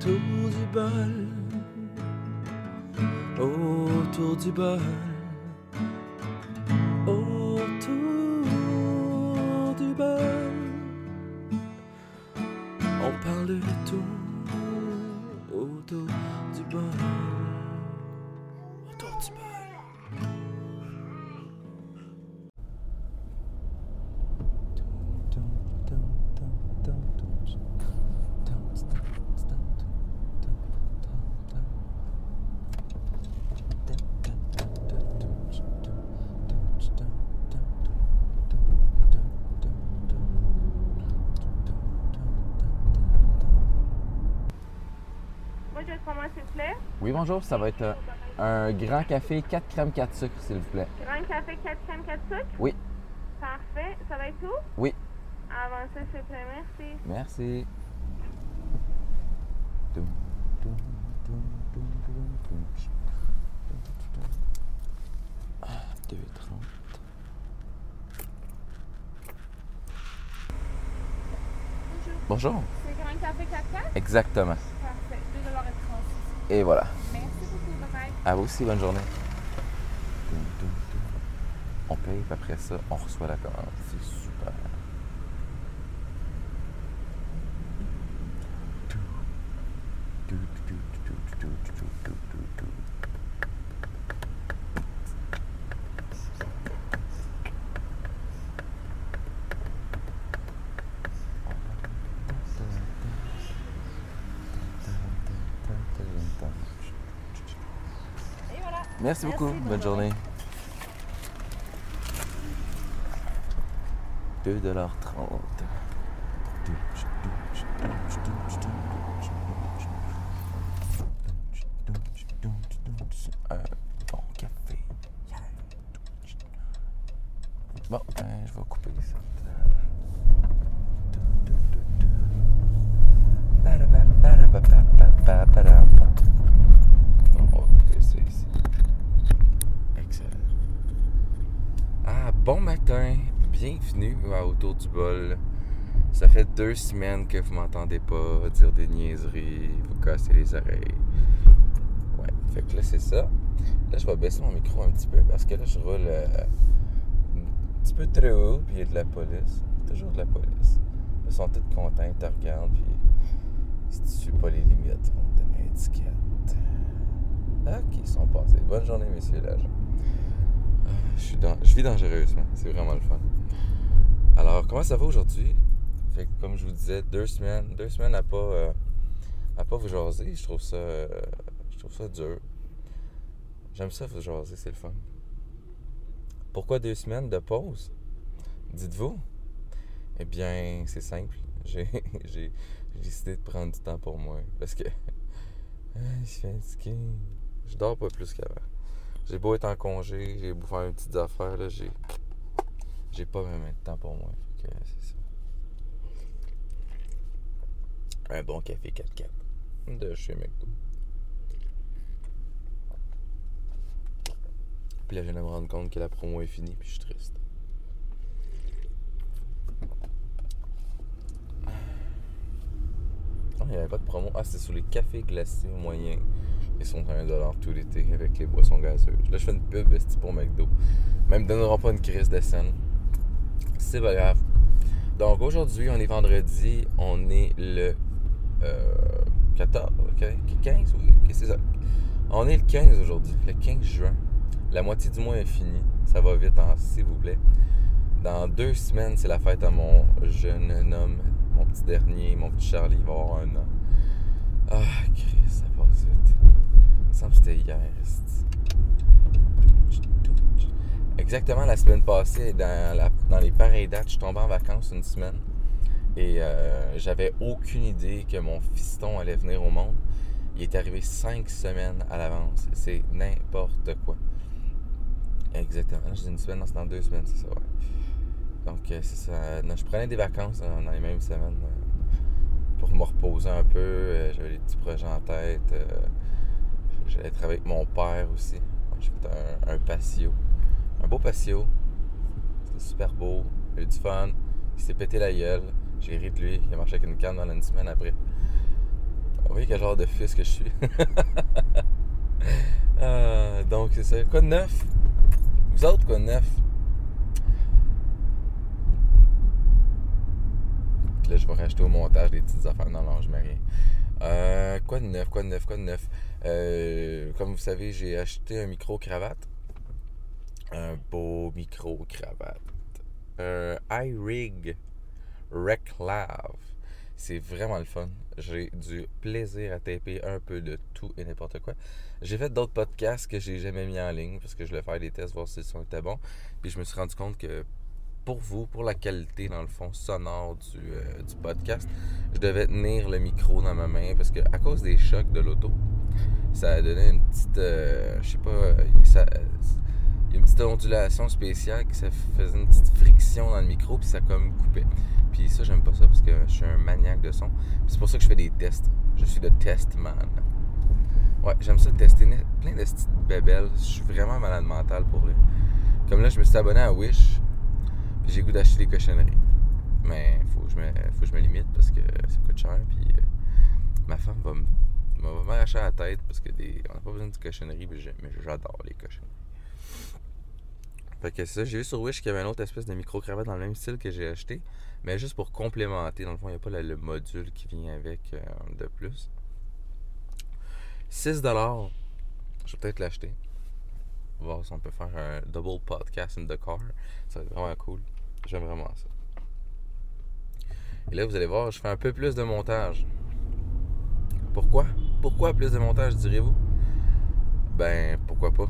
autour du bol, autour du bol, autour du bol. On parle de tout autour du bol, autour du bol. S'il vous plaît. Oui, bonjour, ça va être un grand café 4 crèmes 4 sucres, s'il vous plaît. Grand café 4 crèmes 4 sucres? Oui. Parfait. Ça va être tout? Oui. Avancez, s'il vous plaît. Merci. Merci. 2,30. Bonjour. C'est grand café 4-4? Exactement. Parfait. 2,36 $. Et voilà. Merci beaucoup. Bye-bye. À vous aussi, bonne journée. On paye, puis après ça, on reçoit la commande. C'est super. Et voilà. Merci beaucoup. Bonne journée. 2,30 $. Un bon café. Bon, je vais couper ça. On va couper ça ici. Excellent. Ah, bon matin. Bienvenue à Autour du bol. Ça fait 2 semaines que vous m'entendez pas dire des niaiseries, vous casser les oreilles. Ouais, fait que là, c'est ça. Là, je vais baisser mon micro un petit peu parce que là, je roule un petit peu trop haut, puis il y a de la police. Toujours de la police. Ils sont tous contents, ils te regardent, puis si tu suis pas les limites, ils vont te donner une étiquette. Ok, ils sont passés. Bonne journée, messieurs l'agent. Je vis dangereusement, c'est vraiment le fun. Alors, comment ça va aujourd'hui? Fait que, comme je vous disais, 2 semaines à pas vous jaser. Je trouve ça dur. J'aime ça vous jaser, c'est le fun. Pourquoi 2 semaines de pause? Dites-vous? Eh bien, c'est simple. J'ai décidé de prendre du temps pour moi. Parce que je suis fatigué. Je dors pas plus qu'avant. J'ai beau être en congé, j'ai beau faire une petite affaire, là, j'ai pas vraiment de temps pour moi. Fait que c'est ça. Un bon café 4-4 de chez McDo. Puis là, je viens de me rendre compte que la promo est finie, puis je suis triste. Ah, il n'y avait pas de promo. Ah, c'est sur les cafés glacés moyens. Ils sont à 1 $ tout l'été avec les boissons gazeuses. Là, je fais une pub pour McDo. Même ne donneront pas une crise de scène. C'est pas grave. Donc, aujourd'hui, on est vendredi. On est le 14, ok? 15, oui. Ok, c'est ça. On est le 15 aujourd'hui, le 15 juin. La moitié du mois est finie. Ça va vite, s'il vous plaît. Dans 2 semaines, c'est la fête à mon jeune homme, mon petit dernier, mon petit Charlie. Il va avoir 1 an. Ah, Christ, ça passe vite. Il me semble que c'était hier. Exactement la semaine passée, dans les pareilles dates, je suis tombé en vacances 1 semaine. Et j'avais aucune idée que mon fiston allait venir au monde. Il est arrivé 5 semaines à l'avance. C'est n'importe quoi. Exactement. Je dis 1 semaine, non, c'est dans 2 semaines, c'est ça, ouais. Donc, c'est ça. Non, je prenais des vacances dans les mêmes semaines pour me reposer un peu. J'avais des petits projets en tête. J'allais travailler avec mon père aussi. J'ai fait un patio. Un beau patio. C'était super beau. Il a eu du fun. Il s'est pété la gueule. J'ai ri de lui. Il a marché avec une canne pendant 1 semaine après. Vous voyez quel genre de fils que je suis. Donc c'est ça. Quoi de neuf? Vous autres, quoi de neuf? Puis là, je vais rajouter au montage des petites affaires. Non, je mets rien. Quoi de neuf? Comme vous savez, j'ai acheté un micro-cravate. Un beau micro-cravate. iRig Reclave. C'est vraiment le fun. J'ai du plaisir à taper un peu de tout et n'importe quoi. J'ai fait d'autres podcasts que j'ai jamais mis en ligne parce que je voulais faire des tests, voir si le son était bon. Puis je me suis rendu compte que pour vous, pour la qualité dans le fond sonore du podcast, je devais tenir le micro dans ma main parce que à cause des chocs de l'auto, ça a donné une petite, je sais pas, il y a une petite ondulation spéciale qui ça faisait une petite friction dans le micro puis ça comme coupait. Puis ça, j'aime pas ça parce que je suis un maniaque de son. Puis c'est pour ça que je fais des tests. Je suis le test man. Ouais, j'aime ça tester plein de petites bébelles. Je suis vraiment malade mental pour vrai. Comme là, je me suis abonné à Wish. Puis j'ai le goût d'acheter des cochonneries. Mais faut que je me limite parce que ça coûte cher. Puis ma femme va m'arracher à la tête parce que on n'a pas besoin de cochonneries. Mais j'adore les cochonneries. Fait que c'est ça, j'ai vu sur Wish qu'il y avait une autre espèce de micro-cravate dans le même style que j'ai acheté, mais juste pour complémenter. Dans le fond, il n'y a pas le module qui vient avec de plus. 6$. Je vais peut-être l'acheter. Voir si on peut faire un double podcast in the car. Ça va être vraiment cool. J'aime vraiment ça. Et là, vous allez voir, je fais un peu plus de montage. Pourquoi? Pourquoi plus de montage, direz-vous? Ben, pourquoi pas?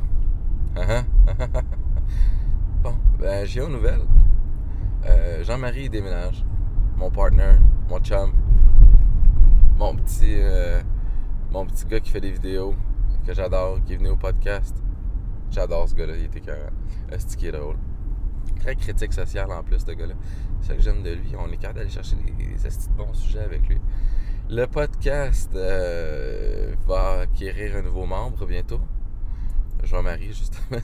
Bon, ben j'ai une nouvelle. Jean-Marie déménage. Mon partner, mon chum, mon petit gars qui fait des vidéos que j'adore, qui est venu au podcast. J'adore ce gars-là, il était écœurant. C'est qui est drôle. Très critique social en plus, ce gars-là. C'est ça que j'aime de lui. On est capable d'aller chercher des astis de bons sujets avec lui. Le podcast va acquérir un nouveau membre bientôt. Jean-Marie, justement.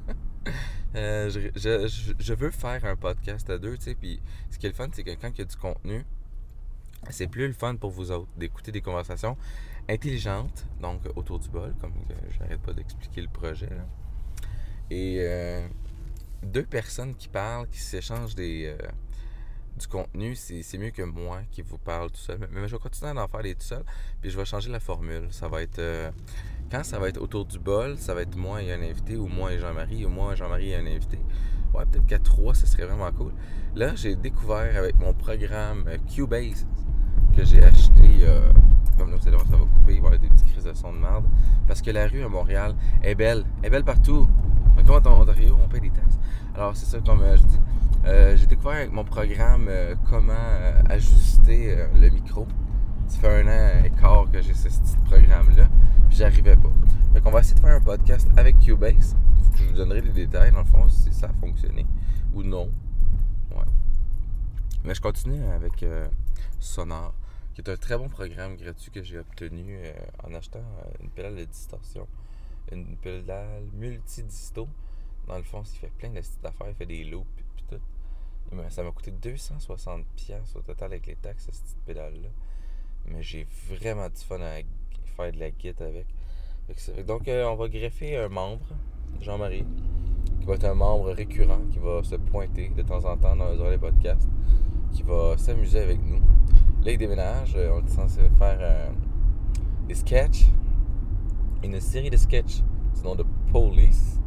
Je veux faire un podcast à deux, tu sais, puis ce qui est le fun, c'est que quand il y a du contenu, c'est plus le fun pour vous autres d'écouter des conversations intelligentes, donc autour du bol, comme j'arrête pas d'expliquer le projet, là. Et deux personnes qui parlent, qui s'échangent du contenu, c'est mieux que moi qui vous parle tout seul. Mais je vais continuer à en faire des tout seul, puis je vais changer la formule. Ça va être... quand ça va être autour du bol, ça va être moi et un invité, ou moi et Jean-Marie, ou moi et Jean-Marie et un invité. Ouais, peut-être qu'à 3, ça serait vraiment cool. Là, j'ai découvert avec mon programme Cubase, que j'ai acheté, comme là, vous allez voir, ça va couper, il va y avoir des petites crises de son de merde, parce que la rue à Montréal est belle partout. Comme en Ontario, on paye des taxes. Alors, c'est ça, comme je dis. J'ai découvert avec mon programme comment ajuster le micro. Ça fait 1 an et quart que j'ai ce petit programme-là, puis j'arrivais pas. Fait qu'on va essayer de faire un podcast avec Cubase. Je vous donnerai les détails, dans le fond, si ça a fonctionné ou non. Ouais. Mais je continue avec Sonore, qui est un très bon programme gratuit que j'ai obtenu en achetant une pédale de distorsion. Une pédale multi-disto. Dans le fond, il fait plein de petites affaires, il fait des loops puis tout. Ça m'a coûté 260$ au total avec les taxes, cette petite pédale-là. Mais j'ai vraiment du fun à faire de la guitare avec. Donc, on va greffer un membre, Jean-Marie, qui va être un membre récurrent, qui va se pointer de temps en temps dans les podcasts, qui va s'amuser avec nous. Là, il déménage. On est censé faire des sketchs. Une série de sketchs du nom de Police.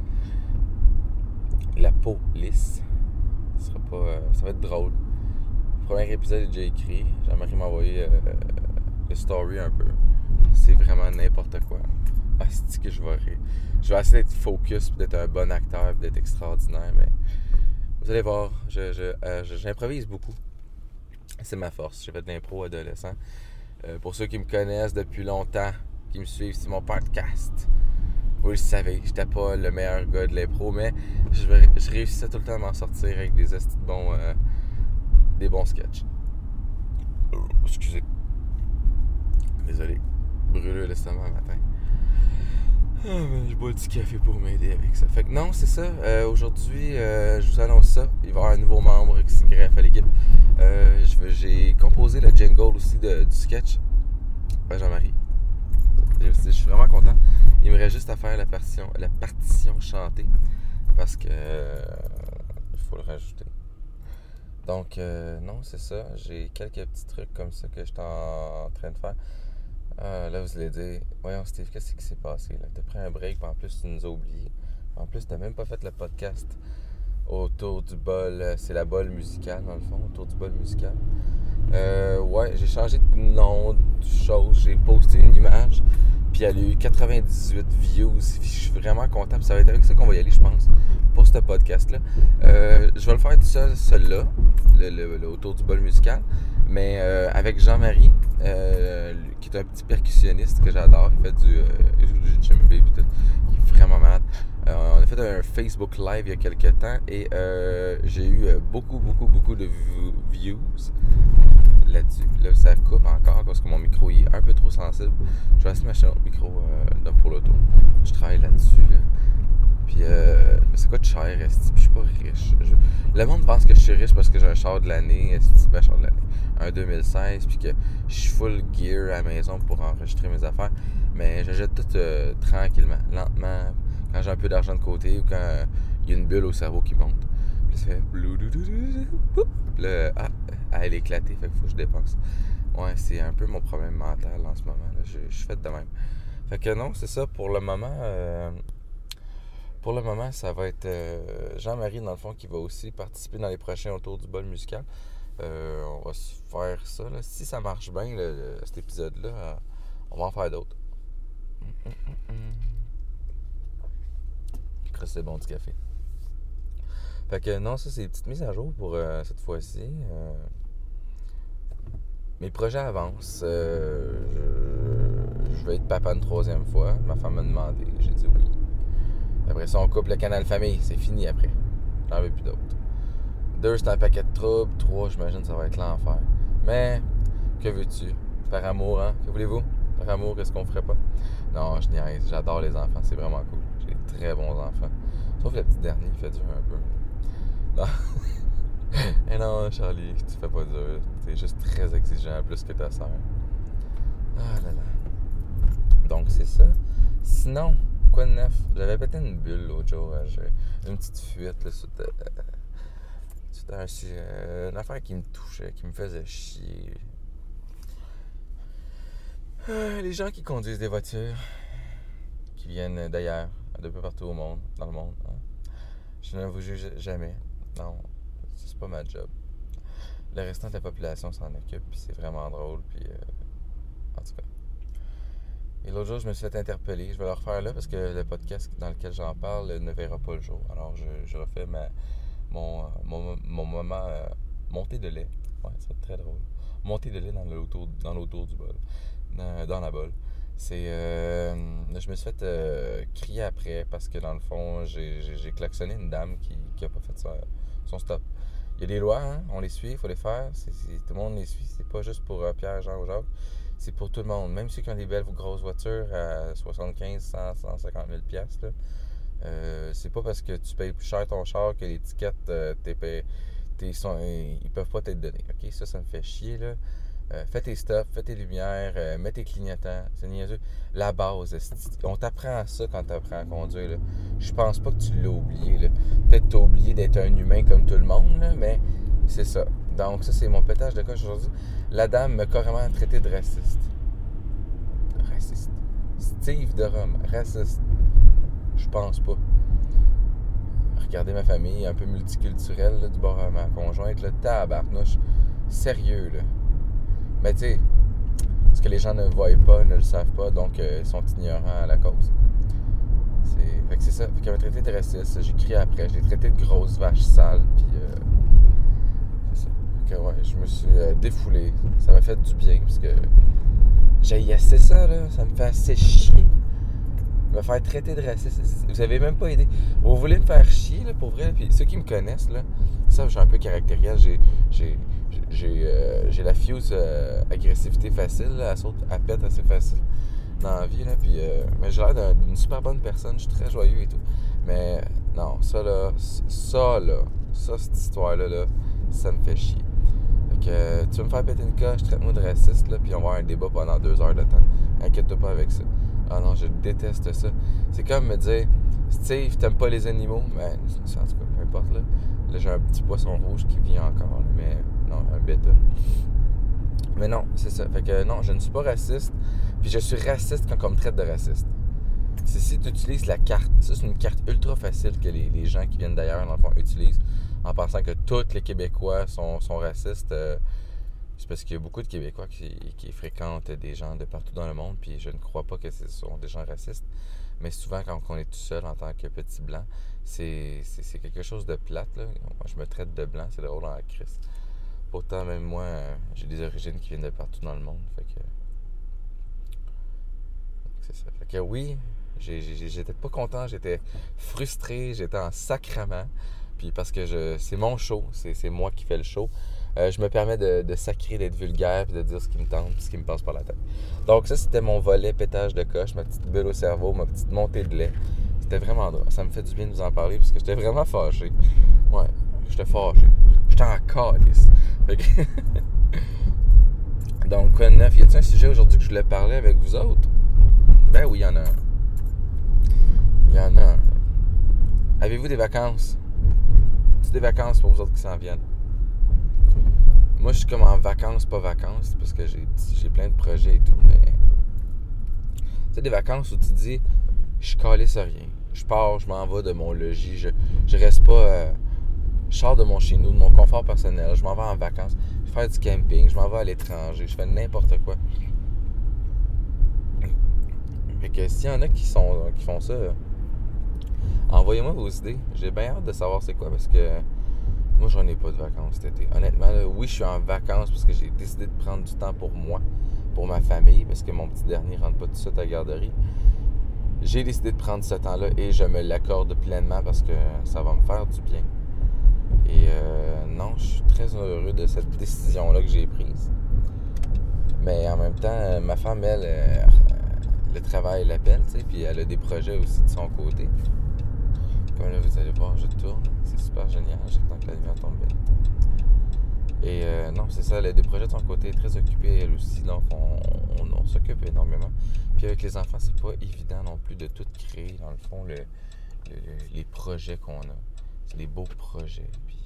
La police. Ça va être drôle. Le premier épisode est déjà écrit. Jean-Marie m'a envoyé le story un peu. C'est vraiment n'importe quoi. Ah, c'est que je vais rire. Je vais essayer d'être focus, d'être un bon acteur, d'être extraordinaire, mais vous allez voir, j'improvise beaucoup. C'est ma force. J'ai fait de l'impro adolescent. Pour ceux qui me connaissent depuis longtemps, qui me suivent, c'est mon podcast. Vous le savez, j'étais pas le meilleur gars de l'impro, mais je réussissais tout le temps à m'en sortir avec des bons sketchs. Excusez. Désolé. Brûleux l'estomac le matin. Je bois du café pour m'aider avec ça. Fait que non, c'est ça. Aujourd'hui, je vous annonce ça. Il va y avoir un nouveau membre qui se greffe à l'équipe. J'ai composé le jingle aussi du sketch. Jean-Marie. reste juste à faire la partition chantée. Parce que il faut le rajouter. Donc, non, c'est ça. J'ai quelques petits trucs comme ça que je suis en train de faire. Là, vous allez dire, voyons Steve, qu'est-ce qui s'est passé là? T'as pris un break, puis en plus, tu nous as oubliés. En plus, t'as même pas fait le podcast autour du bol. C'est la bol musicale, dans le fond, autour du bol musical. Ouais, j'ai changé de nom, de choses. J'ai posté une image, puis elle a eu 98 views. Je suis vraiment content, puis ça va être avec ça qu'on va y aller, je pense, pour ce podcast-là. Je vais le faire tout seul, celui-là, le autour du bol musical, mais avec Jean-Marie, qui est un petit percussionniste que j'adore. Il joue du djembé et tout. Il est vraiment malade. On a fait un Facebook Live il y a quelques temps et j'ai eu beaucoup de views là-dessus. Là, ça coupe encore parce que mon micro il est un peu trop sensible. Je vais essayer de m'acheter un autre micro pour l'auto. Je travaille là-dessus. Là. Puis, ça coûte cher, esti, puis je suis pas riche. Le monde pense que je suis riche parce que j'ai un char de l'année, esti, ben, char de l'année, un 2016, puis que je suis full gear à la maison pour enregistrer mes affaires. Mais j'achète tout tranquillement, lentement, quand j'ai un peu d'argent de côté ou quand il y a une bulle au cerveau qui monte. Puis ça fait puis là, elle est éclatée, fait qu'il faut que je dépense. Ouais, c'est un peu mon problème mental en ce moment. Là. Je suis fait de même. Fait que non, c'est ça pour le moment. Pour le moment, ça va être Jean-Marie, dans le fond, qui va aussi participer dans les prochains autour du bol musical. On va se faire ça. Là. Si ça marche bien, cet épisode-là, on va en faire d'autres. C'est bon du café. Fait que non, ça, c'est des petites mises à jour pour cette fois-ci. Mes projets avancent. Je vais être papa une 3e fois. Ma femme m'a demandé. J'ai dit oui. Après ça, on coupe le canal famille. C'est fini après. J'en veux plus d'autres. 2, c'est un paquet de troubles. 3, j'imagine, ça va être l'enfer. Mais, que veux-tu? Par amour, hein? Que voulez-vous? Par amour, qu'est-ce qu'on ferait pas? Non, je niaise. J'adore les enfants. C'est vraiment cool. J'ai des très bons enfants. Sauf le petit dernier, il fait dur un peu. Non. Eh non, Charlie, tu fais pas dur. T'es juste très exigeant, plus que ta sœur. Ah là là. Donc, c'est ça. Sinon, quoi de neuf? J'avais pété une bulle l'autre jour. J'ai une petite fuite là, sur un sujet. Une affaire qui me touchait, qui me faisait chier. Les gens qui conduisent des voitures, qui viennent d'ailleurs, de peu partout au monde, dans le monde. Hein? Je ne vous juge jamais. Non, c'est pas ma job. Le restant de la population s'en occupe, puis c'est vraiment drôle, puis en tout cas. Et l'autre jour, je me suis fait interpeller. Je vais le refaire là parce que le podcast dans lequel j'en parle ne verra pas le jour. Alors, je refais mon moment montée de lait. Ouais, ça va être très drôle. Montée de lait dans l'autour du bol. Dans la bol. C'est... je me suis fait crier après parce que dans le fond, j'ai klaxonné une dame qui a pas fait son stop. Il y a des lois, hein? On les suit, il faut les faire. Tout le monde les suit. C'est pas juste pour Pierre, Jean ou Jacques. C'est pour tout le monde. Même ceux qui ont des belles grosses voitures à 75, 100, 150 000 $, là, c'est pas parce que tu payes plus cher ton char que l'étiquette, ils peuvent pas t'être donné. OK? Ça me fait chier, là. Fais tes stops, fais tes lumières, mets tes clignotants. C'est niaiseux. La base, on t'apprend ça quand t'apprends à conduire. Là. Je pense pas que tu l'as oublié. Là. Peut-être que t'as oublié d'être un humain comme tout le monde, là, mais c'est ça. Donc ça, c'est mon pétage de coche aujourd'hui. La dame m'a carrément traité de raciste. Raciste. Steve de Rome, raciste. Je pense pas. Regardez ma famille, un peu multiculturelle, là, du bord à ma conjointe, le tabarnouche. Sérieux, là. Mais tu sais, ce que les gens ne voient pas, ne le savent pas, donc ils sont ignorants à la cause. Fait que c'est ça. Fait qu'elle m'a traité de raciste. J'ai crié après. Je l'ai traité de grosse vache sale. Puis c'est ça. Fait que ouais, je me suis défoulé. Ça m'a fait du bien parce que j'ai assez ça, là. Ça me fait assez chier. Me faire traiter de raciste. Vous avez même pas idée. Vous voulez me faire chier, là, pour vrai. Puis ceux qui me connaissent, là, ça, je suis un peu caractériel. J'ai la fuse agressivité facile, là, elle pète assez facile dans la vie, là, puis, mais j'ai l'air d'une super bonne personne, je suis très joyeux et tout, mais non, cette histoire-là, là, ça me fait chier. Fait que tu veux me faire péter une coche, traite-moi de raciste, là, puis on va avoir un débat pendant 2 heures de temps, inquiète-toi pas avec ça. Ah non, je déteste ça. C'est comme me dire, Steve, t'aimes pas les animaux? Mais en tout cas, peu importe, là. Là, j'ai un petit poisson rouge qui vit encore, mais non, un bêta. Mais non, c'est ça. Fait que non, je ne suis pas raciste. Puis je suis raciste quand on me traite de raciste. C'est si tu utilises la carte. Ça, c'est une carte ultra facile que les gens qui viennent d'ailleurs, dans le fond, utilisent en pensant que tous les Québécois sont racistes. C'est parce qu'il y a beaucoup de Québécois qui fréquentent des gens de partout dans le monde, puis je ne crois pas que ce sont des gens racistes. Mais souvent, quand on est tout seul en tant que petit blanc, c'est quelque chose de plate, là. Moi, je me traite de blanc, c'est drôle dans la crise. Pourtant, même moi, j'ai des origines qui viennent de partout dans le monde. Fait que c'est ça. Fait que oui, j'étais pas content, j'étais frustré, j'étais en sacrament. Puis parce que c'est mon show, c'est moi qui fais le show. Je me permets de sacrer, d'être vulgaire, puis de dire ce qui me tente, puis ce qui me passe par la tête. Donc ça, c'était mon volet pétage de coche, ma petite bulle au cerveau, ma petite montée de lait. C'était vraiment drôle. Ça me fait du bien de vous en parler, parce que j'étais vraiment fâché. Ouais, j'étais fâché. J'étais en calice. Donc, quoi de neuf? Y a-t-il un sujet aujourd'hui que je voulais parler avec vous autres? Ben oui, il y en a un. Il y en a un. Avez-vous des vacances? C'est des vacances pour vous autres qui s'en viennent. Moi, je suis comme en vacances, pas vacances, parce que j'ai plein de projets et tout, mais... C'est des vacances où tu te dis, je calisse à rien. Je pars, je m'en vais de mon logis, je reste pas... je sors de mon chez nous, de mon confort personnel, je m'en vais en vacances, je fais du camping, je m'en vais à l'étranger, je fais n'importe quoi. Fait que s'il y en a qui font ça, envoyez-moi vos idées. J'ai bien hâte de savoir c'est quoi, parce que moi, j'en ai pas de vacances cet été. Honnêtement, là, oui, je suis en vacances parce que j'ai décidé de prendre du temps pour moi, pour ma famille, parce que mon petit dernier rentre pas tout de suite à la garderie. J'ai décidé de prendre ce temps-là et je me l'accorde pleinement parce que ça va me faire du bien. Et non, je suis très heureux de cette décision-là que j'ai prise. Mais en même temps, ma femme, elle, le travail l'appelle, tu sais, puis elle a des projets aussi de son côté. Comme là, vous allez voir, je tourne. C'est super génial. J'attends que la lumière tombe bien. Et non, c'est ça. Elle a des projets de son côté. Elle est très occupée, elle aussi. Donc, on s'occupe énormément. Puis avec les enfants, c'est pas évident non plus de tout créer, dans le fond, les projets qu'on a. C'est des beaux projets. Puis...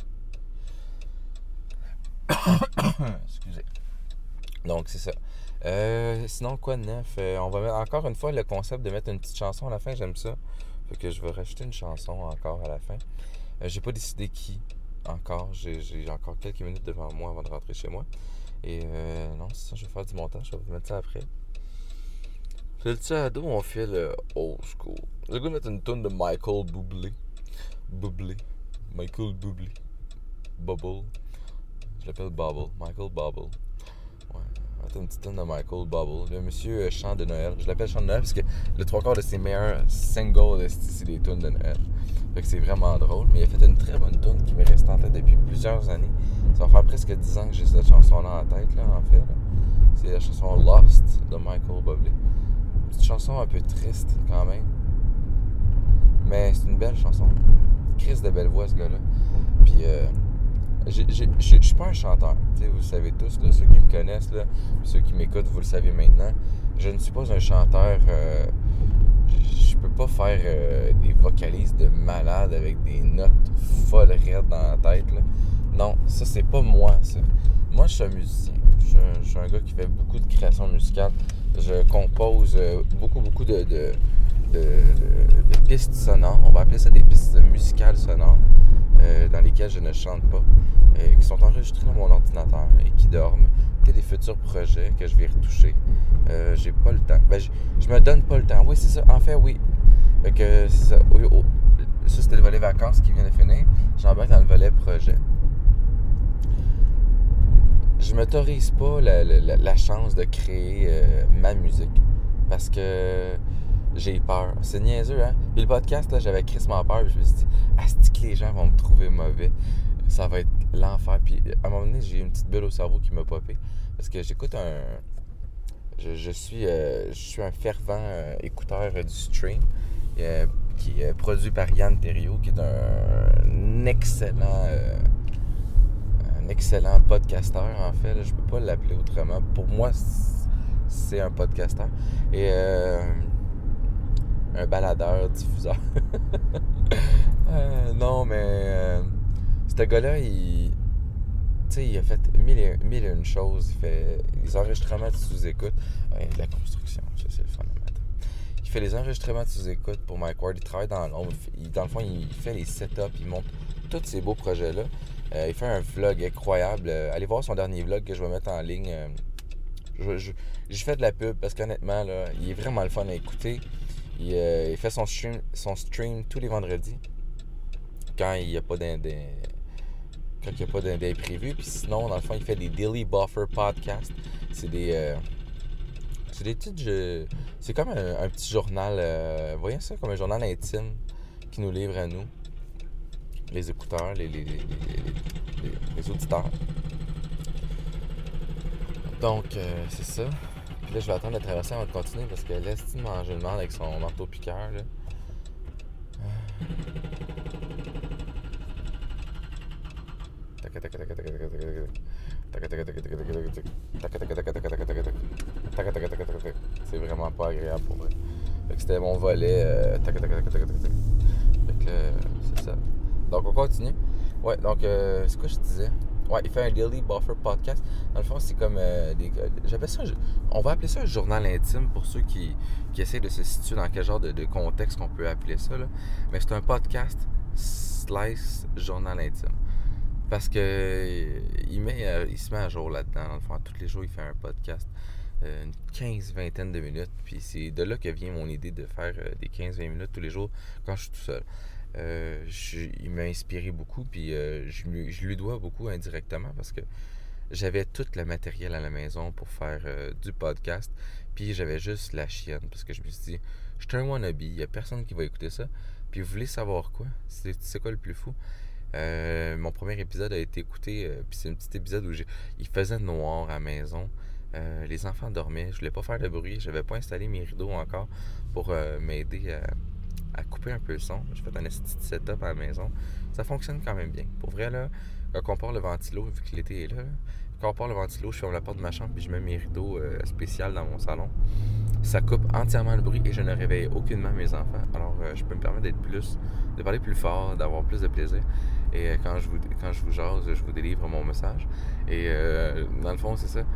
Excusez. Donc, c'est ça. Sinon, quoi de neuf? On va mettre encore une fois le concept de mettre une petite chanson à la fin. J'aime ça. Fait que je vais rajouter une chanson encore à la fin. J'ai pas décidé qui encore. J'ai encore quelques minutes devant moi avant de rentrer chez moi. Et non, c'est ça, je vais faire du montage. Je vais vous mettre ça après. File-tu à dos, on file old school. J'ai le goût de mettre une toune de Michael Bublé. Michael Bublé. Bubble. Je l'appelle Bubble. Michael Bubble. Ouais. C'est une petite toune de Michael Bubble. Le monsieur chant de Noël. Je l'appelle chant de Noël parce que le 3/4 de ses meilleurs singles, c'est des tunes de Noël. Fait que c'est vraiment drôle. Mais il a fait une très bonne tune qui m'est restée en tête depuis plusieurs années. Ça va faire presque 10 ans que j'ai cette chanson-là en tête, là, en fait. Là. C'est la chanson Lost de Michael Bublé. Petite chanson un peu triste, quand même. Mais c'est une belle chanson. Chris de belle voix, ce gars-là. Puis, je suis pas un chanteur, t'sais, vous le savez tous, là, ceux qui me connaissent, là, ceux qui m'écoutent, vous le savez maintenant. Je ne suis pas un chanteur, je peux pas faire des vocalises de malade avec des notes folles raides dans la tête, là. Non, ça c'est pas moi, ça. Moi, je suis un musicien. Je suis un gars qui fait beaucoup de création musicale. Je compose beaucoup de pistes sonores. On va appeler ça des pistes musicales sonores. Dans lesquelles je ne chante pas, qui sont enregistrés dans mon ordinateur et qui dorment. Peut-être des futurs projets que je vais retoucher. J'ai pas le temps. Ben, je me donne pas le temps. Oui, c'est ça. En fait, oui. Fait que c'est ça. Ça, c'était le volet vacances qui vient de finir. J'embarque dans le volet projet. Je m'autorise pas la chance de créer ma musique. Parce que j'ai peur. C'est niaiseux, hein? Puis le podcast, là, j'avais crissement peur. Puis je me suis dit, asti que les gens vont me trouver mauvais. Ça va être l'enfer. Puis à un moment donné, j'ai une petite bulle au cerveau qui m'a popé. Parce que j'écoute je suis un fervent écouteur du stream. Qui est produit par Yann Terriot, qui est un excellent podcasteur, en fait. Là, je peux pas l'appeler autrement. Pour moi, c'est un podcasteur et un baladeur, diffuseur. Non, mais ce gars-là, il a fait mille et une choses. Il fait les enregistrements de sous-écoute. Ouais, de la construction, ça, c'est le fun le matin. Il fait les enregistrements de sous-écoute pour Mike Ward. Il travaille dans l'ombre. Dans le fond, il fait les setups. Il monte tous ces beaux projets-là. Il fait un vlog incroyable. Allez voir son dernier vlog que je vais mettre en ligne. Je fais de la pub parce qu'honnêtement, là, il est vraiment le fun à écouter. Il fait son stream tous les vendredis quand il n'y a pas d'imprévu. Puis sinon, dans le fond, il fait des Daily Buffer Podcasts. C'est des petites jeux. C'est comme un petit journal. Voyez ça, comme un journal intime qui nous livre à nous, les écouteurs, les auditeurs. Donc, c'est ça. Puis là, je vais attendre de traverser avant de continuer parce que l'estime mange le mal avec son marteau piqueur, là. C'est vraiment pas agréable pour moi. Fait que c'était mon volet. Fait que c'est ça. Donc, on continue. Ouais, donc, c'est quoi je disais? Ouais, il fait un Daily Buffer Podcast. Dans le fond, c'est comme j'appelle ça... On va appeler ça un journal intime pour ceux qui essaient de se situer dans quel genre de contexte qu'on peut appeler ça, là. Mais c'est un podcast / journal intime. Parce que il se met à jour là-dedans. Dans le fond, tous les jours, il fait un podcast. Une 15-20 de minutes. Puis c'est de là que vient mon idée de faire des 15-20 minutes tous les jours quand je suis tout seul. Il m'a inspiré beaucoup, puis je lui dois beaucoup indirectement parce que j'avais tout le matériel à la maison pour faire du podcast, puis j'avais juste la chienne parce que je me suis dit, je suis un wannabe, il n'y a personne qui va écouter ça. Puis vous voulez savoir quoi? C'est quoi le plus fou? Mon premier épisode a été écouté, puis c'est un petit épisode où il faisait noir à la maison. Les enfants dormaient, je voulais pas faire de bruit, j'avais pas installé mes rideaux encore pour m'aider à couper un peu le son. J'ai fait un petit setup à la maison. Ça fonctionne quand même bien. Pour vrai, là, quand on part le ventilo, vu que l'été est là, quand on part le ventilo, je ferme la porte de ma chambre puis je mets mes rideaux spéciaux dans mon salon. Ça coupe entièrement le bruit et je ne réveille aucunement mes enfants. Alors, je peux me permettre de parler plus fort, d'avoir plus de plaisir. Et quand je vous jase, je vous délivre mon message. Et dans le fond, c'est ça.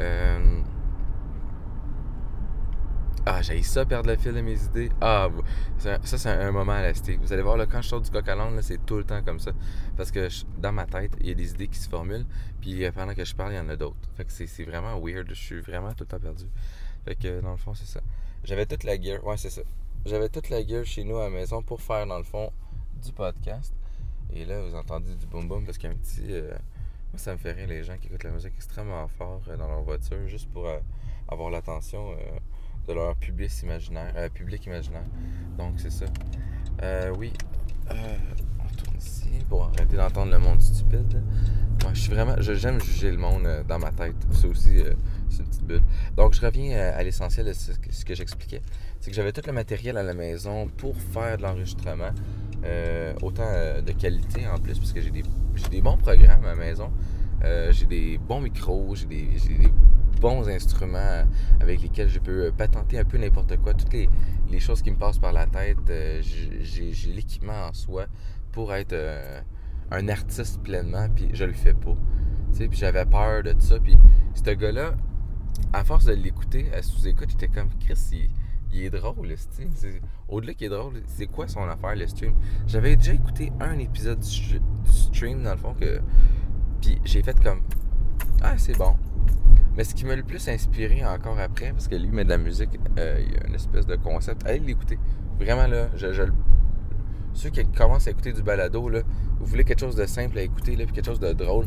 J'ai ça, perdre le fil de mes idées. Ça c'est un moment à rester. Vous allez voir, là, quand je sors du coq à l'âne, là, c'est tout le temps comme ça. Parce que dans ma tête, il y a des idées qui se formulent. Puis pendant que je parle, il y en a d'autres. Fait que c'est vraiment weird. Je suis vraiment tout le temps perdu. Fait que dans le fond, c'est ça. J'avais toute la gear. Ouais, c'est ça. J'avais toute la gear chez nous à la maison pour faire, dans le fond, du podcast. Et là, vous entendez du boom boom parce qu'il y a un petit... Moi, ça me fait rire les gens qui écoutent la musique extrêmement fort dans leur voiture juste pour avoir l'attention... de leur public imaginaire. Donc, c'est ça. Oui. On tourne ici pour arrêter d'entendre le monde stupide. Moi, j'aime juger le monde dans ma tête. Ça aussi, c'est une petite bulle. Donc, je reviens à l'essentiel de ce que j'expliquais. C'est que j'avais tout le matériel à la maison pour faire de l'enregistrement. Autant de qualité en plus, parce que j'ai des bons programmes à la maison. J'ai des bons micros, j'ai des bons instruments avec lesquels je peux patenter un peu n'importe quoi. Toutes les choses qui me passent par la tête, j'ai l'équipement en soi pour être un artiste pleinement, puis je le fais pas. Puis j'avais peur de ça, puis ce gars-là, à force de l'écouter, à sous-écoute, j'étais comme, Chris, il est drôle, au-delà qu'il est drôle, c'est quoi son affaire, le stream? J'avais déjà écouté un épisode du stream, dans le fond, puis j'ai fait comme, c'est bon. Mais ce qui m'a le plus inspiré encore après, parce que lui met de la musique, il y a une espèce de concept, allez l'écouter. Vraiment là, ceux qui commencent à écouter du balado, là, vous voulez quelque chose de simple à écouter, là, puis quelque chose de drôle,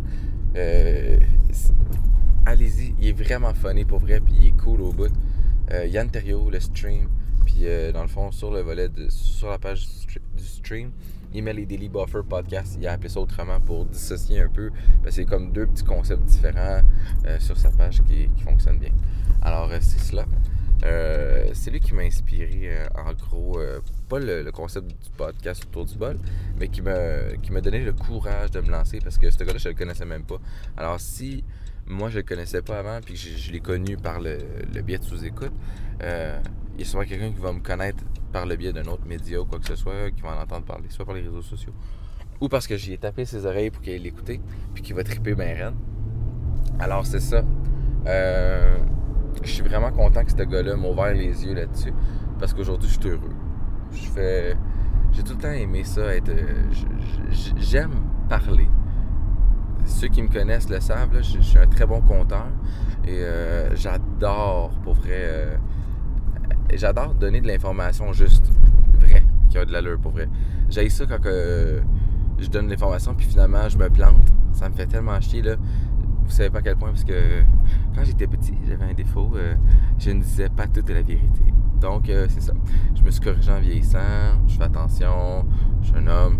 allez-y, il est vraiment funny pour vrai, puis il est cool au bout. Yann Terriot, le stream, puis dans le fond, sur le volet, sur la page du stream, il met les Daily Buffer Podcast. Il a appelé ça autrement pour dissocier un peu. Parce que c'est comme deux petits concepts différents sur sa page qui fonctionnent bien. Alors, c'est cela. C'est lui qui m'a inspiré, en gros, pas le concept du podcast autour du bol, mais qui m'a donné le courage de me lancer parce que ce gars-là, je le connaissais même pas. Alors, si moi je le connaissais pas avant, puis je l'ai connu par le biais de sous-écoute, il y a souvent quelqu'un qui va me connaître par le biais d'un autre média ou quoi que ce soit, qui va en entendre parler, soit par les réseaux sociaux, ou parce que j'y ai tapé ses oreilles pour qu'il l'écoute, puis qu'il va triper ben raide. Alors c'est ça. Je suis vraiment content que ce gars-là m'a ouvert les yeux là-dessus, parce qu'aujourd'hui je suis heureux. J'ai tout le temps aimé ça, j'aime parler. Ceux qui me connaissent le savent, là, je suis un très bon conteur et j'adore, pour vrai, j'adore donner de l'information juste, vraie, qui a de l'allure, pour vrai. J'haïs ça quand je donne de l'information puis finalement je me plante. Ça me fait tellement chier, là. Vous savez pas à quel point, parce que quand j'étais petit, j'avais un défaut, je ne disais pas toute la vérité. Donc, c'est ça. Je me suis corrigé en vieillissant, je fais attention, je suis un homme,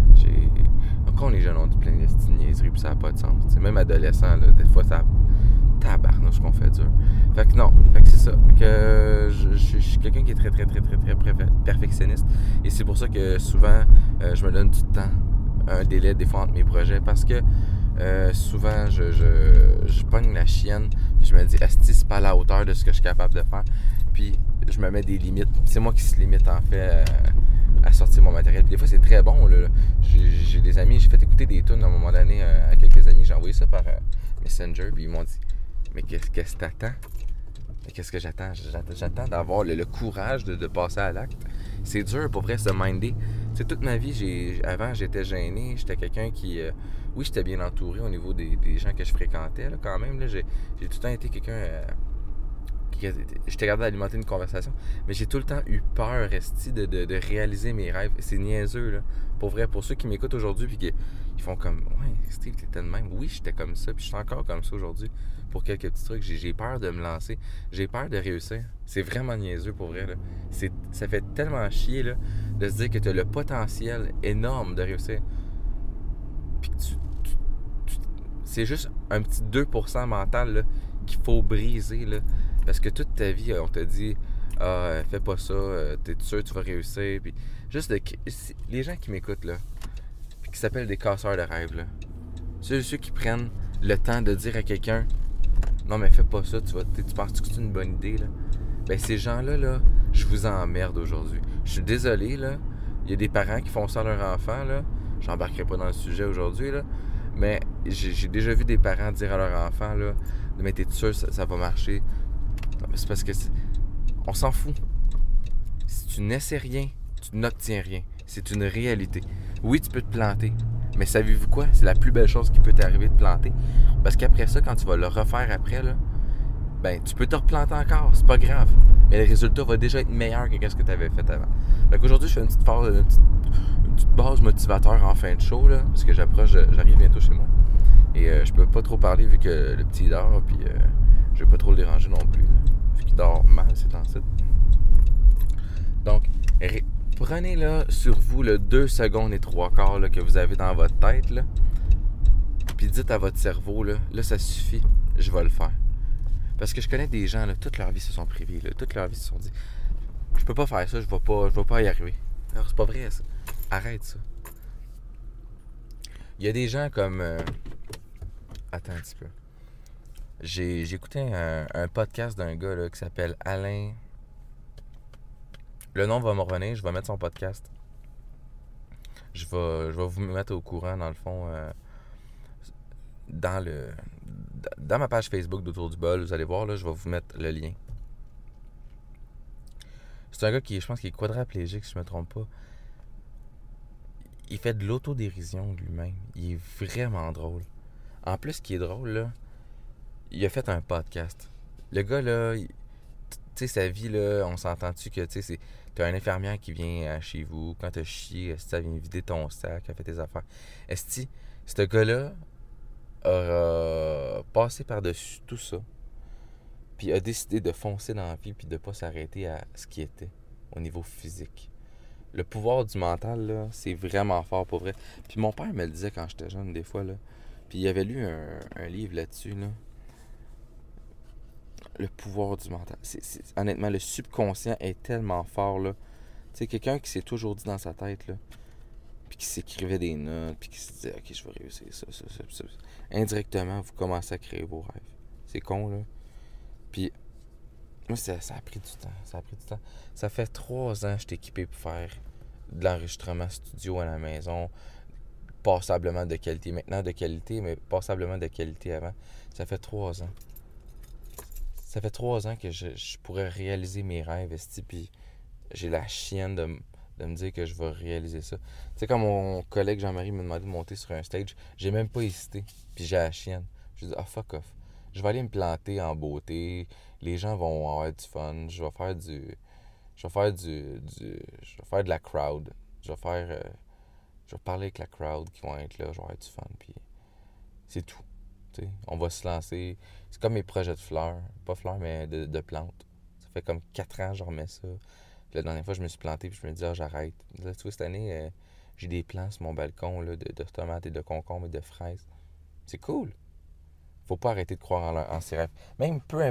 Quand on est jeune, on dit plein de niaiseries, puis ça n'a pas de sens. T'sais, même adolescent, là, des fois, ça tabarnouche qu'on fait dur. Fait que non, c'est ça. Fait que je suis quelqu'un qui est très perfectionniste. Et c'est pour ça que souvent, je me donne du temps, un délai des fois entre mes projets, parce que souvent, je pogne la chienne, puis je me dis, asti, c'est pas à la hauteur de ce que je suis capable de faire. Puis je me mets des limites. C'est moi qui se limite, en fait, à sortir mon matériel. Puis des fois, c'est très bon, là. J'ai des amis, j'ai fait écouter des tunes à un moment donné à quelques amis. J'ai envoyé ça par Messenger, puis ils m'ont dit, mais qu'est-ce que t'attends? Mais qu'est-ce que j'attends? J'attends d'avoir le courage de passer à l'acte. C'est dur, pour vrai, se minder. Tu sais, toute ma vie, avant, j'étais gêné. J'étais quelqu'un qui... oui, j'étais bien entouré au niveau des gens que je fréquentais, là, quand même. Là, j'ai tout le temps été quelqu'un... j'étais capable d'alimenter une conversation, mais j'ai tout le temps eu peur, esti, de réaliser mes rêves. C'est niaiseux, là. Pour vrai, pour ceux qui m'écoutent aujourd'hui, puis qui font comme, ouais, Steve, t'étais de même. Oui, j'étais comme ça, puis je suis encore comme ça aujourd'hui. Pour quelques petits trucs, j'ai peur de me lancer. J'ai peur de réussir. C'est vraiment niaiseux, pour vrai, là. Ça fait tellement chier, là, de se dire que t'as le potentiel énorme de réussir. Puis que c'est juste un petit 2% mental, là, qu'il faut briser, là. Parce que toute ta vie, on te dit, fais pas ça, t'es sûr que tu vas réussir. Puis juste les gens qui m'écoutent, là, puis qui s'appellent des casseurs de rêves, là, ceux qui prennent le temps de dire à quelqu'un, non, mais fais pas ça, tu penses que c'est une bonne idée, là? Ben, ces gens-là, là, je vous emmerde aujourd'hui. Je suis désolé, là. Il y a des parents qui font ça à leur enfant, là. J'embarquerai pas dans le sujet aujourd'hui, là. Mais j'ai déjà vu des parents dire à leur enfant, là, mais t'es sûr que ça va marcher? C'est parce que on s'en fout. Si tu n'essaies rien, tu n'obtiens rien. C'est une réalité. Oui, tu peux te planter, mais savez-vous quoi? C'est la plus belle chose qui peut t'arriver de planter. Parce qu'après ça, quand tu vas le refaire après, là, ben, tu peux te replanter encore, c'est pas grave. Mais le résultat va déjà être meilleur que ce que tu avais fait avant. Fait qu'aujourd'hui, je fais une petite base motivateur en fin de show, là, parce que j'arrive bientôt chez moi. Et je peux pas trop parler vu que le petit dort, puis je vais pas trop le déranger non plus, là, vu qu'il dort mal, c'est temps-ci. Donc, prenez là sur vous le 2 secondes et 3 quarts là, que vous avez dans votre tête, là, puis dites à votre cerveau, là, ça suffit, je vais le faire. Parce que je connais des gens, là, toute leur vie se sont privés, là, toute leur vie se sont dit, je peux pas faire ça, je vais pas y arriver. Alors, c'est pas vrai, ça. Arrête ça. Il y a des gens comme... Attends un petit peu. J'ai écouté un podcast d'un gars là, qui s'appelle Alain... Le nom va me revenir, je vais mettre son podcast. Je vais vous mettre au courant, dans le fond, dans ma page Facebook d'Autour du bol, vous allez voir, là, je vais vous mettre le lien. C'est un gars qui, je pense, qui est quadraplégique, si je me trompe pas. Il fait de l'autodérision lui-même. Il est vraiment drôle. En plus, ce qui est drôle, là, il a fait un podcast. Le gars, là, tu sais, sa vie, là, on s'entend-tu que, tu sais, t'as un infirmière qui vient chez vous, quand t'as chié, ça vient vider ton sac, elle fait tes affaires. Esti, ce gars-là aura passé par-dessus tout ça, puis a décidé de foncer dans la vie, puis de pas s'arrêter à ce qui était, au niveau physique. Le pouvoir du mental, là, c'est vraiment fort, pour vrai. Puis mon père me le disait quand j'étais jeune, des fois, là. Puis il avait lu un livre là-dessus, là. Le pouvoir du mental. Honnêtement, le subconscient est tellement fort, là. Tu sais, quelqu'un qui s'est toujours dit dans sa tête, là, puis qui s'écrivait des notes, puis qui se disait « Ok, je vais réussir ça. » Indirectement, vous commencez à créer vos rêves. C'est con, là. Puis, moi, ça a pris du temps. Ça fait 3 ans que je suis équipé pour faire de l'enregistrement studio à la maison, passablement de qualité. Maintenant de qualité, mais passablement de qualité avant. Ça fait 3 ans. Ça fait 3 ans que je pourrais réaliser mes rêves, puis j'ai la chienne de me dire que je vais réaliser ça. Tu sais, quand mon collègue Jean-Marie m'a demandé de monter sur un stage, j'ai même pas hésité, puis j'ai la chienne. Je dis, fuck off. Je vais aller me planter en beauté, les gens vont avoir du fun, je vais faire de la crowd. Je vais parler avec la crowd qui vont être là, je vais avoir du fun, puis c'est tout. T'sais, on va se lancer. C'est comme mes projets de fleurs. Pas fleurs, mais de plantes. Ça fait comme 4 ans que je remets ça. Puis la dernière fois, je me suis planté puis je me dis, j'arrête. Là, tu vois, cette année, j'ai des plants sur mon balcon là, de tomates et de concombres et de fraises. C'est cool. Faut pas arrêter de croire en ses rêves. Même peu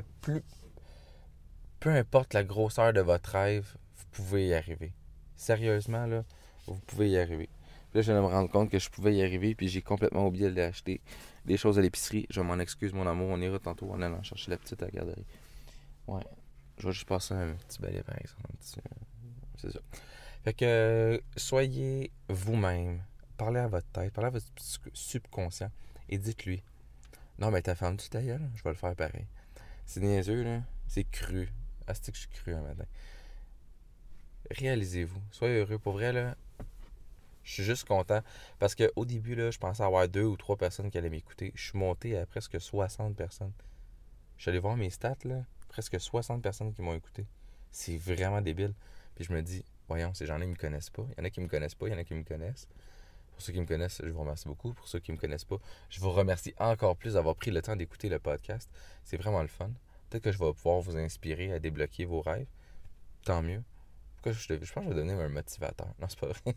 importe la grosseur de votre rêve, vous pouvez y arriver. Sérieusement, là, vous pouvez y arriver. Puis là, je viens de me rendre compte que je pouvais y arriver, puis j'ai complètement oublié d'aller acheter des choses à l'épicerie. Je m'en excuse, mon amour. On ira tantôt en allant chercher la petite à la garderie. Ouais. Je vais juste passer un petit balai, par exemple. C'est ça. Fait que soyez vous-même. Parlez à votre tête, parlez à votre subconscient et dites-lui, non, mais ta femme, tu ta gueule, je vais le faire pareil. C'est niaiseux, là. C'est cru. C'est que je suis cru un matin. Réalisez-vous. Soyez heureux. Pour vrai, là, je suis juste content parce qu'au début, là, je pensais avoir 2 ou 3 personnes qui allaient m'écouter. Je suis monté à presque 60 personnes. Je suis allé voir mes stats, là. Presque 60 personnes qui m'ont écouté. C'est vraiment débile. Puis je me dis, voyons, ces gens-là, ils me connaissent pas. Il y en a qui me connaissent pas, il y en a qui me connaissent. Pour ceux qui me connaissent, je vous remercie beaucoup. Pour ceux qui me connaissent pas, je vous remercie encore plus d'avoir pris le temps d'écouter le podcast. C'est vraiment le fun. Peut-être que je vais pouvoir vous inspirer à débloquer vos rêves. Tant mieux. Pourquoi je pense que je vais devenir un motivateur. Non, c'est pas vrai.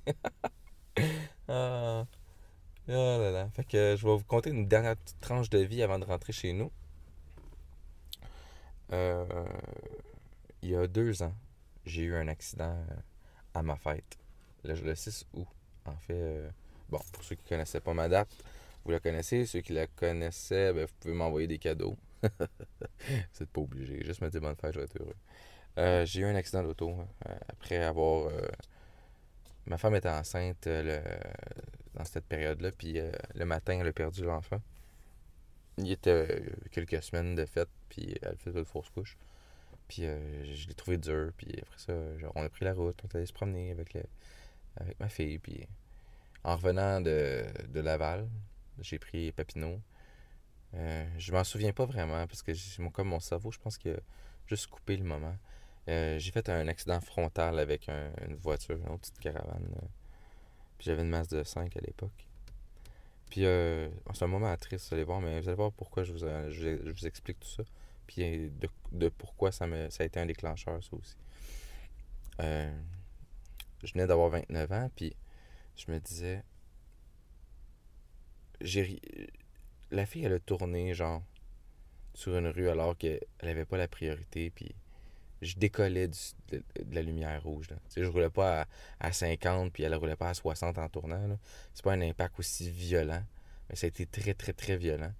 Ah, oh là là. Fait que je vais vous conter une dernière petite tranche de vie avant de rentrer chez nous. Il y a 2 ans, j'ai eu un accident à ma fête. Le 6 août. En fait, bon, pour ceux qui ne connaissaient pas ma date, vous la connaissez. Ceux qui la connaissaient, ben, vous pouvez m'envoyer des cadeaux. Vous n'êtes pas obligé. Juste me dire bonne fête, je vais être heureux. J'ai eu un accident d'auto après avoir... ma femme était enceinte dans cette période-là, puis le matin, elle a perdu l'enfant. Il était quelques semaines de fête, puis elle faisait de fausse couche. Puis je l'ai trouvé dur, puis après ça, on a pris la route, on est allé se promener avec ma fille, puis en revenant de Laval, j'ai pris Papineau. Je m'en souviens pas vraiment, parce que comme mon cerveau, je pense qu'il a juste coupé le moment. J'ai fait un accident frontal avec une voiture, une petite caravane. Puis j'avais une masse de 5 à l'époque. Puis c'est un moment triste, vous allez voir, mais vous allez voir pourquoi je vous explique tout ça. Puis de pourquoi ça a été un déclencheur, ça aussi. Je venais d'avoir 29 ans, puis je me disais... La fille, elle a tourné, genre, sur une rue alors qu'elle avait pas la priorité, puis je décollais de la lumière rouge. Là. Tu sais, je roulais pas à 50, puis elle roulait pas à 60 en tournant. Là. C'est pas un impact aussi violent, mais ça a été très, très, très violent.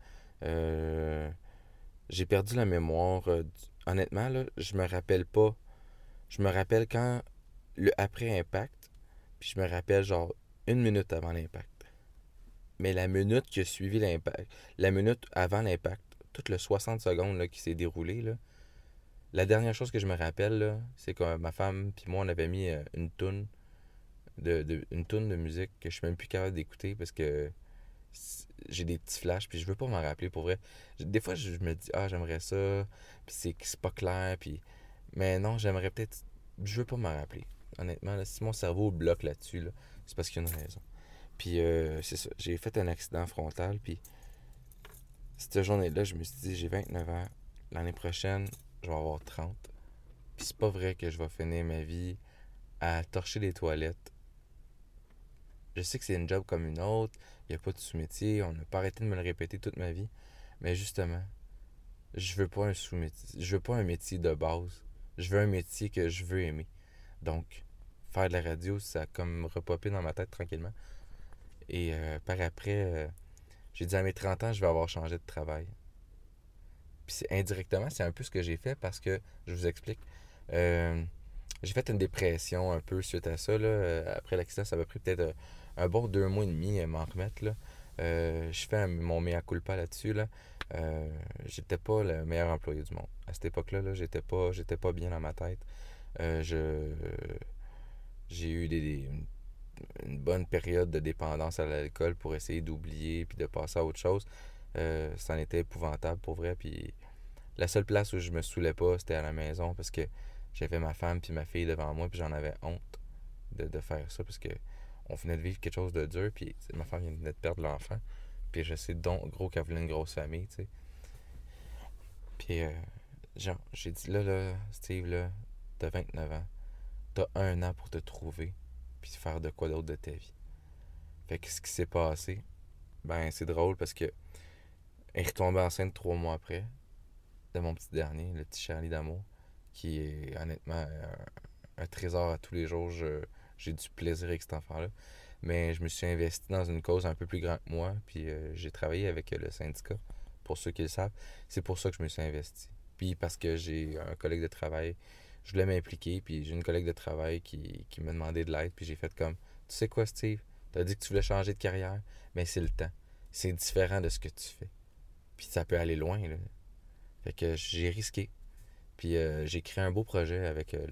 J'ai perdu la mémoire. Honnêtement, là, je me rappelle pas. Je me rappelle quand le après-impact, puis je me rappelle genre 1 minute avant l'impact. Mais la minute qui a suivi l'impact, la minute avant l'impact, tout le 60 secondes là, qui s'est déroulé, là, la dernière chose que je me rappelle, là, c'est que ma femme puis moi, on avait mis une toune de musique que je suis même plus capable d'écouter parce que j'ai des petits flashs puis je veux pas m'en rappeler pour vrai. Des fois, je me dis, j'aimerais ça, puis c'est pas clair, puis... Mais non, j'aimerais peut-être... Je veux pas m'en rappeler. Honnêtement, là, si mon cerveau bloque là-dessus, là, c'est parce qu'il y a une raison. Puis c'est ça, j'ai fait un accident frontal, puis cette journée-là, je me suis dit, j'ai 29 ans, l'année prochaine, je vais avoir 30. Puis c'est pas vrai que je vais finir ma vie à torcher les toilettes. Je sais que c'est une job comme une autre, il n'y a pas de sous-métier, on n'a pas arrêté de me le répéter toute ma vie, mais justement, je veux pas un sous-métier, je veux pas un métier de base, je veux un métier que je veux aimer. Donc, faire de la radio, ça a comme repopé dans ma tête tranquillement. Et par après, j'ai dit à mes 30 ans, je vais avoir changé de travail. Puis indirectement, c'est un peu ce que j'ai fait parce que, je vous explique, euh, j'ai fait une dépression un peu suite à ça. Là. Après l'accident, ça m'a pris peut-être un bon 2 mois et demi à m'en remettre. Là. Je fais mon mea culpa là-dessus. Là. J'étais pas le meilleur employé du monde. À cette époque-là, là, j'étais pas bien dans ma tête. Je J'ai eu une bonne période de dépendance à l'alcool pour essayer d'oublier puis de passer à autre chose. Ça en était épouvantable pour vrai. Puis la seule place où je me saoulais pas, c'était à la maison parce que j'avais ma femme puis ma fille devant moi puis j'en avais honte de faire ça parce que on venait de vivre quelque chose de dur puis ma femme venait de perdre l'enfant. Puis je sais donc gros qu'elle voulait une grosse famille, tu sais. Puis genre, j'ai dit là, Steve, là, t'as 29 ans. T'as 1 an pour te trouver puis faire de quoi d'autre de ta vie. Fait que ce qui s'est passé, ben c'est drôle parce que elle est retombée enceinte 3 mois après de mon petit dernier, le petit Charlie d'amour, qui est honnêtement un trésor à tous les jours. J'ai du plaisir avec cet enfant-là. Mais je me suis investi dans une cause un peu plus grande que moi, puis j'ai travaillé avec le syndicat, pour ceux qui le savent. C'est pour ça que je me suis investi. Puis parce que j'ai un collègue de travail, je voulais m'impliquer, puis j'ai une collègue de travail qui m'a demandé de l'aide, puis j'ai fait comme, tu sais quoi, Steve, t'as dit que tu voulais changer de carrière, mais c'est le temps. C'est différent de ce que tu fais. Puis ça peut aller loin, là. Fait que j'ai risqué. Puis j'ai créé un beau projet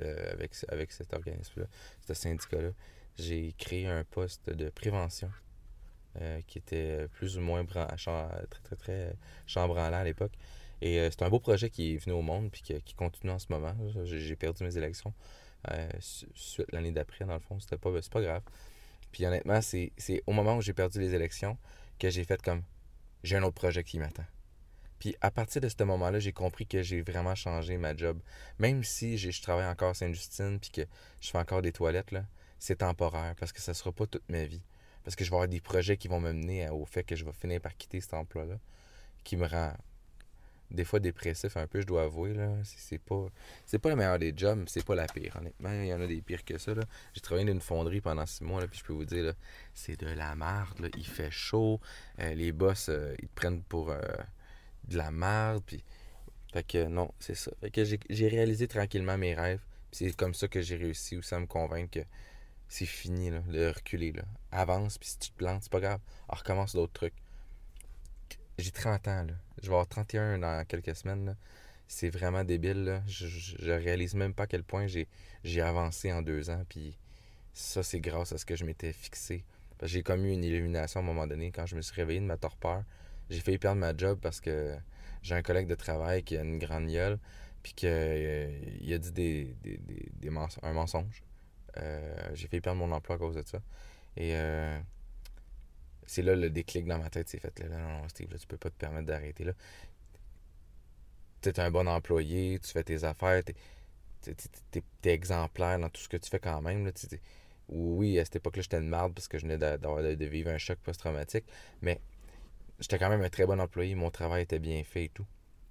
avec cet organisme-là, ce syndicat-là. J'ai créé un poste de prévention qui était plus ou moins très chambranlant à l'époque. Et c'est un beau projet qui est venu au monde puis qui continue en ce moment. J'ai perdu mes élections suite l'année d'après, dans le fond. C'est pas grave. Puis honnêtement, c'est au moment où j'ai perdu les élections que j'ai fait comme j'ai un autre projet qui m'attend. Puis à partir de ce moment-là, j'ai compris que j'ai vraiment changé ma job. Même si je travaille encore à Sainte-Justine puis que je fais encore des toilettes, là, c'est temporaire parce que ça sera pas toute ma vie. Parce que je vais avoir des projets qui vont me mener au fait que je vais finir par quitter cet emploi-là, qui me rend des fois dépressif un peu, je dois avouer. Là. C'est pas le meilleur des jobs, c'est pas la pire. Honnêtement, il y en a des pires que ça. Là. J'ai travaillé dans une fonderie pendant 6 mois, là, puis je peux vous dire, là, c'est de la merde. Là. Il fait chaud. Les boss, ils te prennent pour de la merde. Puis... Fait que non, c'est ça. Fait que j'ai réalisé tranquillement mes rêves. Puis c'est comme ça que j'ai réussi aussi à me convaincre que c'est fini, là, de reculer. Là. Avance, puis si tu te plantes, c'est pas grave. Alors recommence d'autres trucs. J'ai 30 ans, là. Je vais avoir 31 dans quelques semaines, là. C'est vraiment débile, là. Je réalise même pas à quel point j'ai avancé en 2 ans, puis ça, c'est grâce à ce que je m'étais fixé. Parce que j'ai comme eu une illumination à un moment donné, quand je me suis réveillé de ma torpeur. J'ai failli perdre ma job parce que j'ai un collègue de travail qui a une grande gueule, puis qu'il a dit un mensonge. J'ai failli perdre mon emploi à cause de ça. Et c'est là le déclic dans ma tête s'est fait. Là, non, Steve, là, tu peux pas te permettre d'arrêter. Là. T'es un bon employé, tu fais tes affaires, t'es exemplaire dans tout ce que tu fais quand même. Là, oui, à cette époque-là, j'étais une marde parce que je venais de vivre un choc post-traumatique, mais j'étais quand même un très bon employé, mon travail était bien fait et tout.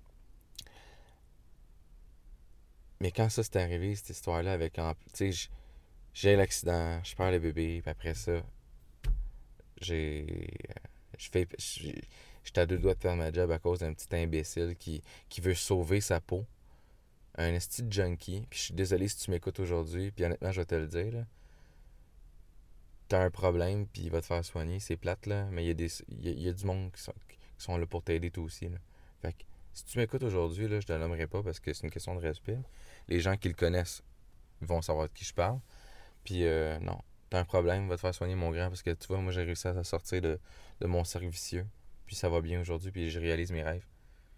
Mais quand ça s'est arrivé, cette histoire-là, avec, tu sais, j'ai l'accident, je perds le bébé, puis après ça, j'ai. J'étais à 2 doigts de faire ma job à cause d'un petit imbécile qui veut sauver sa peau. Un esti de junkie. Puis je suis désolé si tu m'écoutes aujourd'hui. Puis honnêtement, je vais te le dire. Là. T'as un problème, puis il va te faire soigner. C'est plate, là. Mais il y a du monde qui sont là pour t'aider, toi aussi. Là. Fait que si tu m'écoutes aujourd'hui, là, je te le nommerai pas parce que c'est une question de respect. Les gens qui le connaissent vont savoir de qui je parle. Puis non, t'as un problème, va te faire soigner mon grand parce que tu vois, moi j'ai réussi à sortir de mon cercle vicieux. Puis ça va bien aujourd'hui, puis je réalise mes rêves.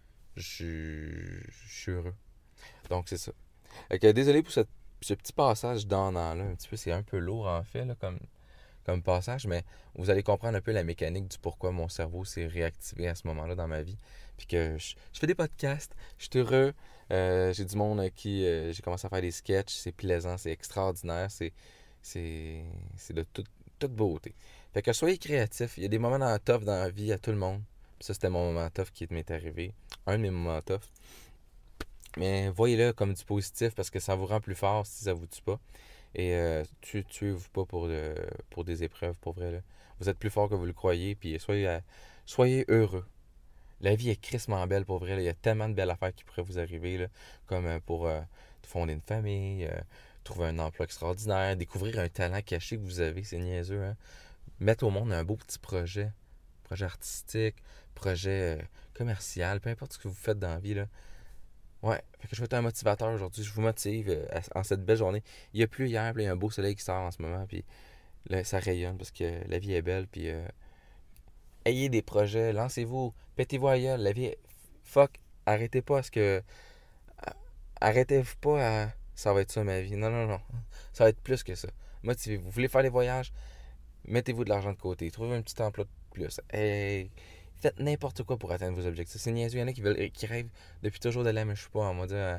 Je suis heureux. Donc c'est ça. Fait que, désolé pour ce petit passage d'en là. Un petit peu, c'est un peu lourd en fait, là, comme passage, mais vous allez comprendre un peu la mécanique du pourquoi mon cerveau s'est réactivé à ce moment-là dans ma vie. Puis que je fais des podcasts, je suis heureux. J'ai du monde à qui j'ai commencé à faire des sketchs, c'est plaisant, c'est extraordinaire, c'est de toute beauté. Fait que soyez créatifs. Il y a des moments tough dans la vie à tout le monde. Puis ça, c'était mon moment tough qui m'est arrivé. Un de mes moments tough. Mais voyez-le comme du positif parce que ça vous rend plus fort si ça vous tue pas. Et tuez-vous pas pour des épreuves, pour vrai. Là. Vous êtes plus fort que vous le croyez, puis soyez heureux. La vie est crissement belle pour vrai. Là. Il y a tellement de belles affaires qui pourraient vous arriver, là, comme pour fonder une famille, trouver un emploi extraordinaire, découvrir un talent caché que vous avez, c'est niaiseux. Hein? Mettre au monde un beau petit projet artistique, projet commercial, peu importe ce que vous faites dans la vie. Là. Ouais, fait que je vais être un motivateur aujourd'hui. Je vous motive en cette belle journée. Il y a plu hier, puis il y a un beau soleil qui sort en ce moment, puis là, ça rayonne parce que la vie est belle, puis ayez des projets, lancez-vous, pétez-vous à la gueule. La vie est... Fuck, arrêtez pas à ce que... Arrêtez-vous pas à... Ça va être ça ma vie. Non. Ça va être plus que ça. Motivez-vous. Vous voulez faire des voyages? Mettez-vous de l'argent de côté. Trouvez un petit emploi de plus. Hey, faites n'importe quoi pour atteindre vos objectifs. C'est niaiseux. Il y en a qui rêvent depuis toujours d'aller, mais je sais pas, on va dire,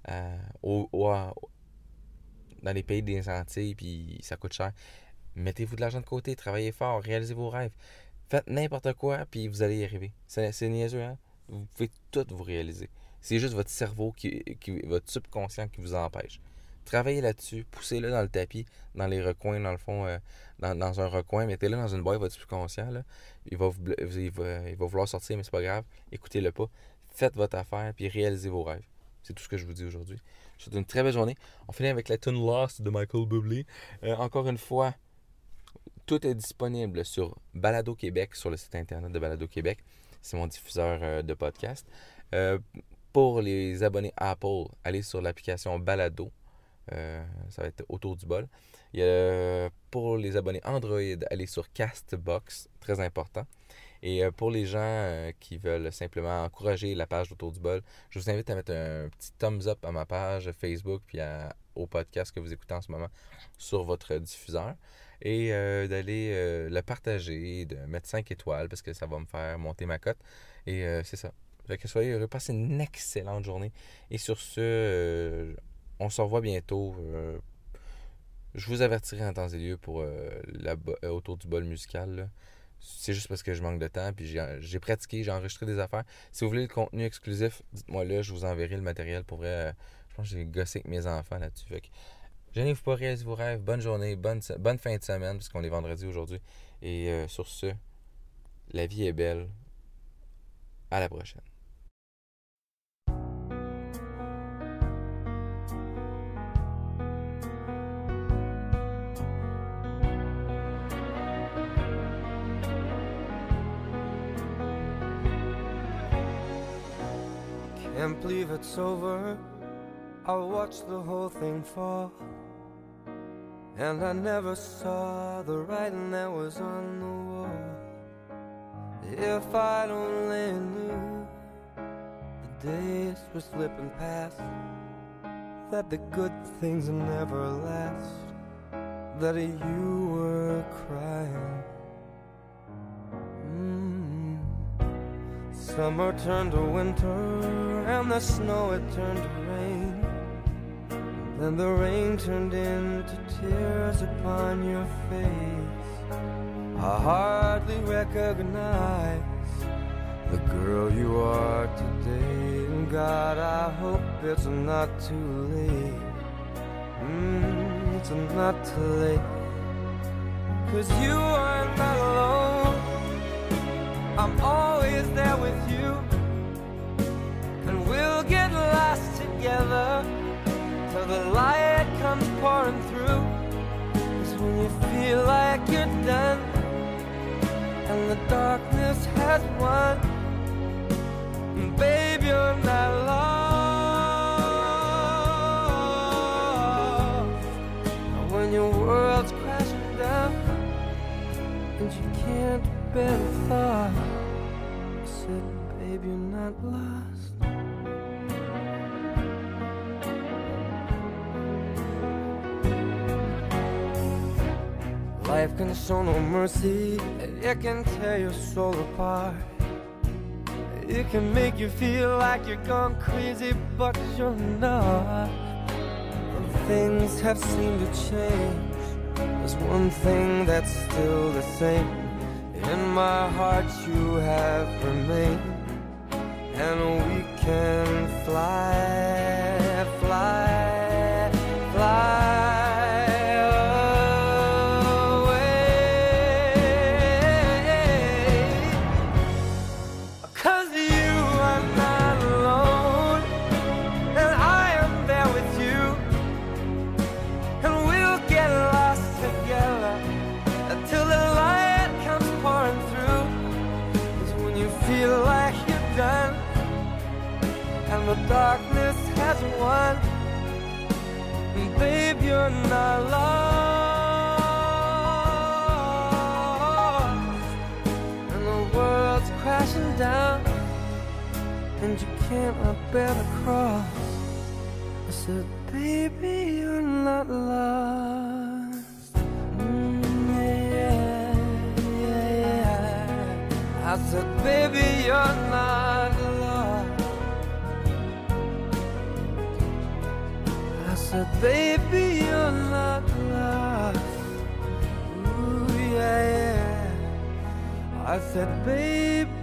dans les pays des Antilles, puis ça coûte cher. Mettez-vous de l'argent de côté. Travaillez fort. Réalisez vos rêves. Faites n'importe quoi, puis vous allez y arriver. C'est niaiseux, hein? Vous pouvez tout vous réaliser. C'est juste votre cerveau, votre subconscient qui vous empêche. Travaillez là-dessus, poussez-le dans le tapis, dans les recoins, dans le fond, dans un recoin, mettez-le dans une boîte, votre subconscient, là. Il va vouloir sortir, mais c'est pas grave. Écoutez-le pas. Faites votre affaire, puis réalisez vos rêves. C'est tout ce que je vous dis aujourd'hui. Je vous souhaite une très belle journée. On finit avec la tune Lost de Michael Bublé. Encore une fois, tout est disponible sur Balado Québec, sur le site internet de Balado Québec. C'est mon diffuseur de podcast. Pour les abonnés Apple, allez sur l'application Balado. Ça va être autour du bol. Pour les abonnés Android, allez sur Castbox, très important. Et pour les gens qui veulent simplement encourager la page d'Autour du bol, je vous invite à mettre un petit thumbs up à ma page Facebook puis au podcast que vous écoutez en ce moment sur votre diffuseur. Et d'aller le partager, de mettre 5 étoiles parce que ça va me faire monter ma cote. Et c'est ça. Fait que soyez heureux, passez une excellente journée. Et sur ce, on se revoit bientôt. Je vous avertirai en temps et lieu pour Autour du bol musical. Là. C'est juste parce que je manque de temps. Puis j'ai pratiqué, j'ai enregistré des affaires. Si vous voulez le contenu exclusif, dites-moi là, je vous enverrai le matériel. Pour vrai, je pense que j'ai gossé avec mes enfants là-dessus. Fait que gênez-vous pas, réalisez vos rêves. Bonne journée, bonne fin de semaine, puisqu'on est vendredi aujourd'hui. Et sur ce, la vie est belle. À la prochaine. Can't believe it's over. I watched the whole thing fall, and I never saw the writing that was on the wall. If I'd only knew the days were slipping past, that the good things never last, that you were crying. Summer turned to winter, and the snow it turned to rain. Then the rain turned into tears upon your face. I hardly recognize the girl you are today. And God, I hope it's not too late. It's not too late. 'Cause you are not alone. I'm always there with you, and we'll get lost together till the light comes pouring through. 'Cause when you feel like you're done and the darkness has won, babe, you're not lost. When your world's crashing down and you can't bear the thought, I said, babe, you're not lost. Life can show no mercy, it can tear your soul apart. It can make you feel like you're gone crazy, but you're not. Things have seemed to change. There's one thing that's still the same. In my heart you have remained, and we can fly, fly, fly away. one. And babe, you're not lost. And the world's crashing down, and you cannot bear the cross. I said, baby, you're not lost. Yeah, yeah, yeah. I said, baby, you're not lost. I said, baby, you're not lost. Ooh, yeah, yeah. I said, baby,